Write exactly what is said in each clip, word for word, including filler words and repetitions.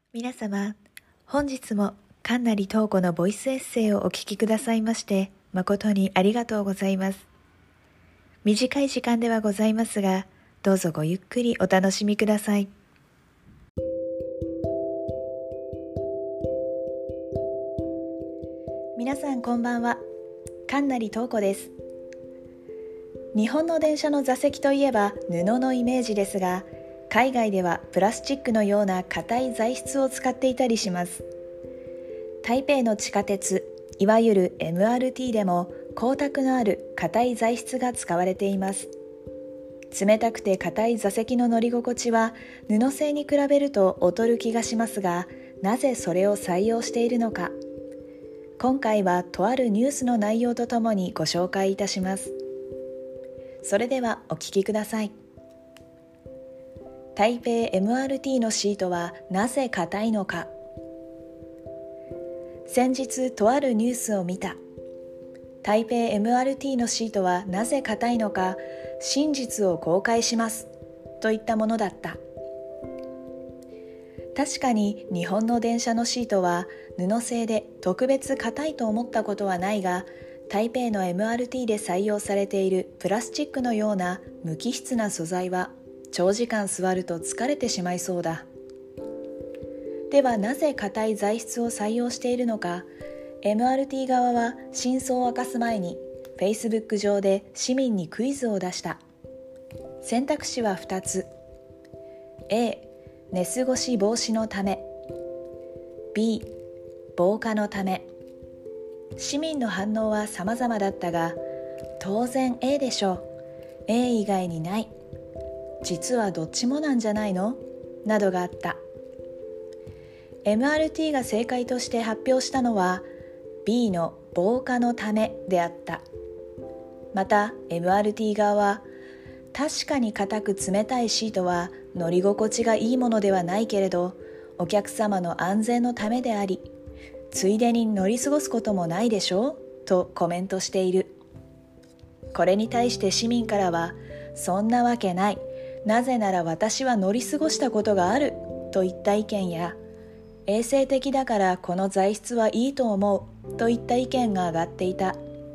皆様、本日も神成東子のボイスエッセイをお聞きくださいまして誠にありがとうございます。短い時間ではございますが、どうぞごゆっくりお楽しみください。皆さんこんばんは、神成東子です。日本の電車の座席といえば布のイメージですが、海外ではプラスチックのような硬い材質を使っていたりします。台北の地下鉄、いわゆる エムアールティー でも光沢のある硬い材質が使われています。冷たくて硬い座席の乗り心地は布製に比べると劣る気がしますが、なぜそれを採用しているのか、今回はとあるニュースの内容とともにご紹介いたします。それではお聞きください。台北 エムアールティー のシートはなぜ硬いのか。先日とあるニュースを見た。台北 エムアールティー のシートはなぜ硬いのか、真実を公開しますといったものだった。確かに日本の電車のシートは布製で特別硬いと思ったことはないが、台北の エムアールティー で採用されているプラスチックのような無機質な素材は長時間座ると疲れてしまいそうだ。ではなぜ硬い材質を採用しているのか。 エムアールティー 側は真相を明かす前に Facebook 上で市民にクイズを出した。選択肢はふたつ。 A、 寝過ごし防止のため、 B、 防火のため。市民の反応は様々だったが、当然 A でしょう、 A 以外にない、実はどっちもなんじゃないのなどがあった。 エムアールティー が正解として発表したのは B の防火のためであった。また エムアールティー 側は、確かに硬く冷たいシートは乗り心地がいいものではないけれど、お客様の安全のためであり、ついでに乗り過ごすこともないでしょうとコメントしている。これに対して市民からは、そんなわけない、なぜなら私は乗り過ごしたことがあるといった意見や、衛生的だからこの材質はいいと思うといった意見が上がっていた。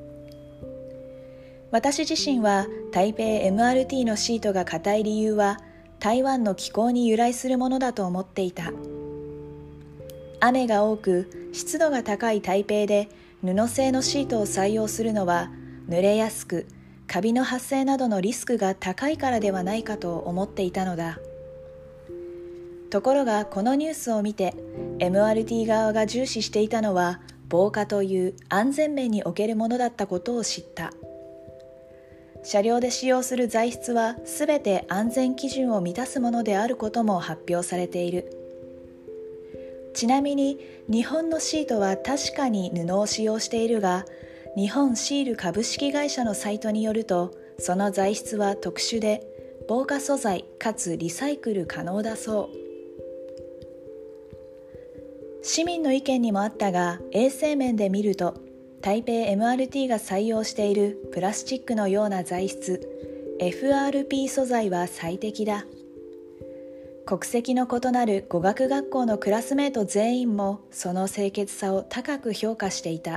私自身は台北 エムアールティー のシートが硬い理由は台湾の気候に由来するものだと思っていた。雨が多く湿度が高い台北で布製のシートを採用するのは、濡れやすくカビの発生などのリスクが高いからではないかと思っていたのだ。ところがこのニュースを見て エムアールティー 側が重視していたのは防火という安全面におけるものだったことを知った。車両で使用する材質はすべて安全基準を満たすものであることも発表されている。ちなみに日本のシートは確かに布を使用しているが、日本シール株式会社のサイトによると、その材質は特殊で防火素材かつリサイクル可能だそう。市民の意見にもあったが、衛生面で見ると台北 エムアールティー が採用しているプラスチックのような材質 エフアールピー 素材は最適だ。国籍の異なる語学学校のクラスメート全員もその清潔さを高く評価していた。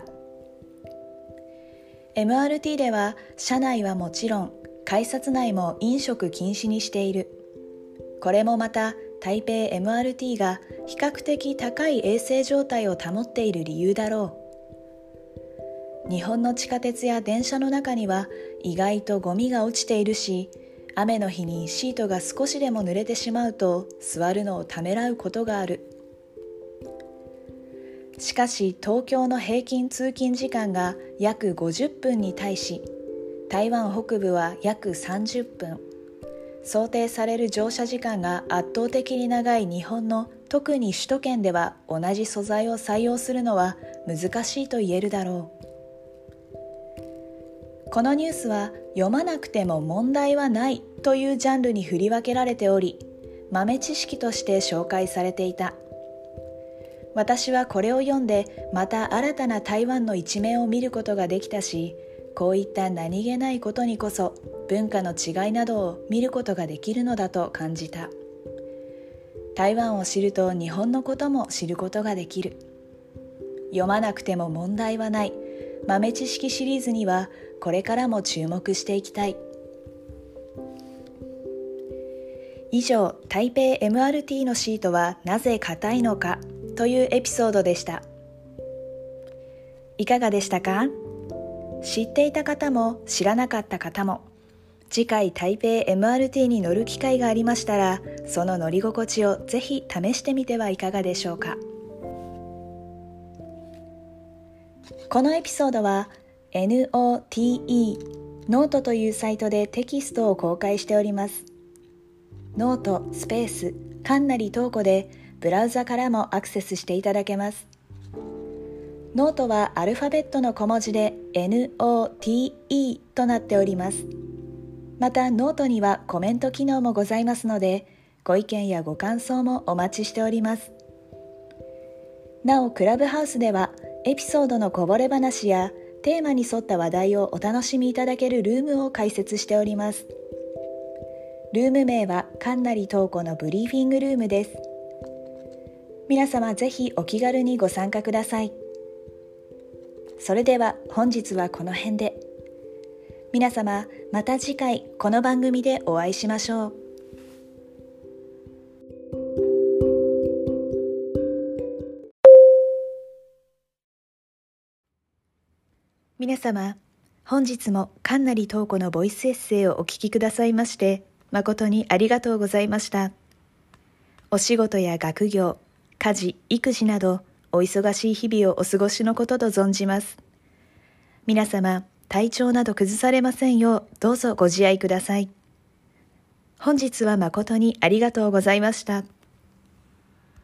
エムアールティー では車内はもちろん改札内も飲食禁止にしている。これもまた台北 エムアールティー が比較的高い衛生状態を保っている理由だろう。日本の地下鉄や電車の中には意外とゴミが落ちているし、雨の日にシートが少しでも濡れてしまうと座るのをためらうことがある。しかし東京の平均通勤時間が約ごじゅっぷんに対し、台湾北部は約さんじゅっぷん。想定される乗車時間が圧倒的に長い日本の特に首都圏では、同じ素材を採用するのは難しいと言えるだろう。このニュースは読まなくても問題はないというジャンルに振り分けられており、豆知識として紹介されていた。私はこれを読んでまた新たな台湾の一面を見ることができたし、こういった何気ないことにこそ文化の違いなどを見ることができるのだと感じた。 台湾を知ると日本のことも知ることができる。読まなくても問題はない豆知識シリーズにはこれからも注目していきたい。以上、台北 エムアールティー のシートはなぜ硬いのかというエピソードでした。いかがでしたか？知っていた方も知らなかった方も、次回台北 エムアールティー に乗る機会がありましたら、その乗り心地をぜひ試してみてはいかがでしょうか。このエピソードは ノート ノートというサイトでテキストを公開しております。ノートスペースかんなりとうこでブラウザからもアクセスしていただけます。ノートはアルファベットの小文字で ノート となっております。またノートにはコメント機能もございますので、ご意見やご感想もお待ちしております。なおクラブハウスではエピソードのこぼれ話やテーマに沿った話題をお楽しみいただけるルームを開設しております。ルーム名はかんなりとうこのブリーフィングルームです。皆様ぜひお気軽にご参加ください。それでは本日はこの辺で。皆様また次回この番組でお会いしましょう。皆様、本日もかんなりとうこのボイスエッセイをお聞きくださいまして誠にありがとうございました。お仕事や学業、家事、育児などお忙しい日々をお過ごしのことと存じます。皆様、体調など崩されませんようどうぞご自愛ください。本日は誠にありがとうございました。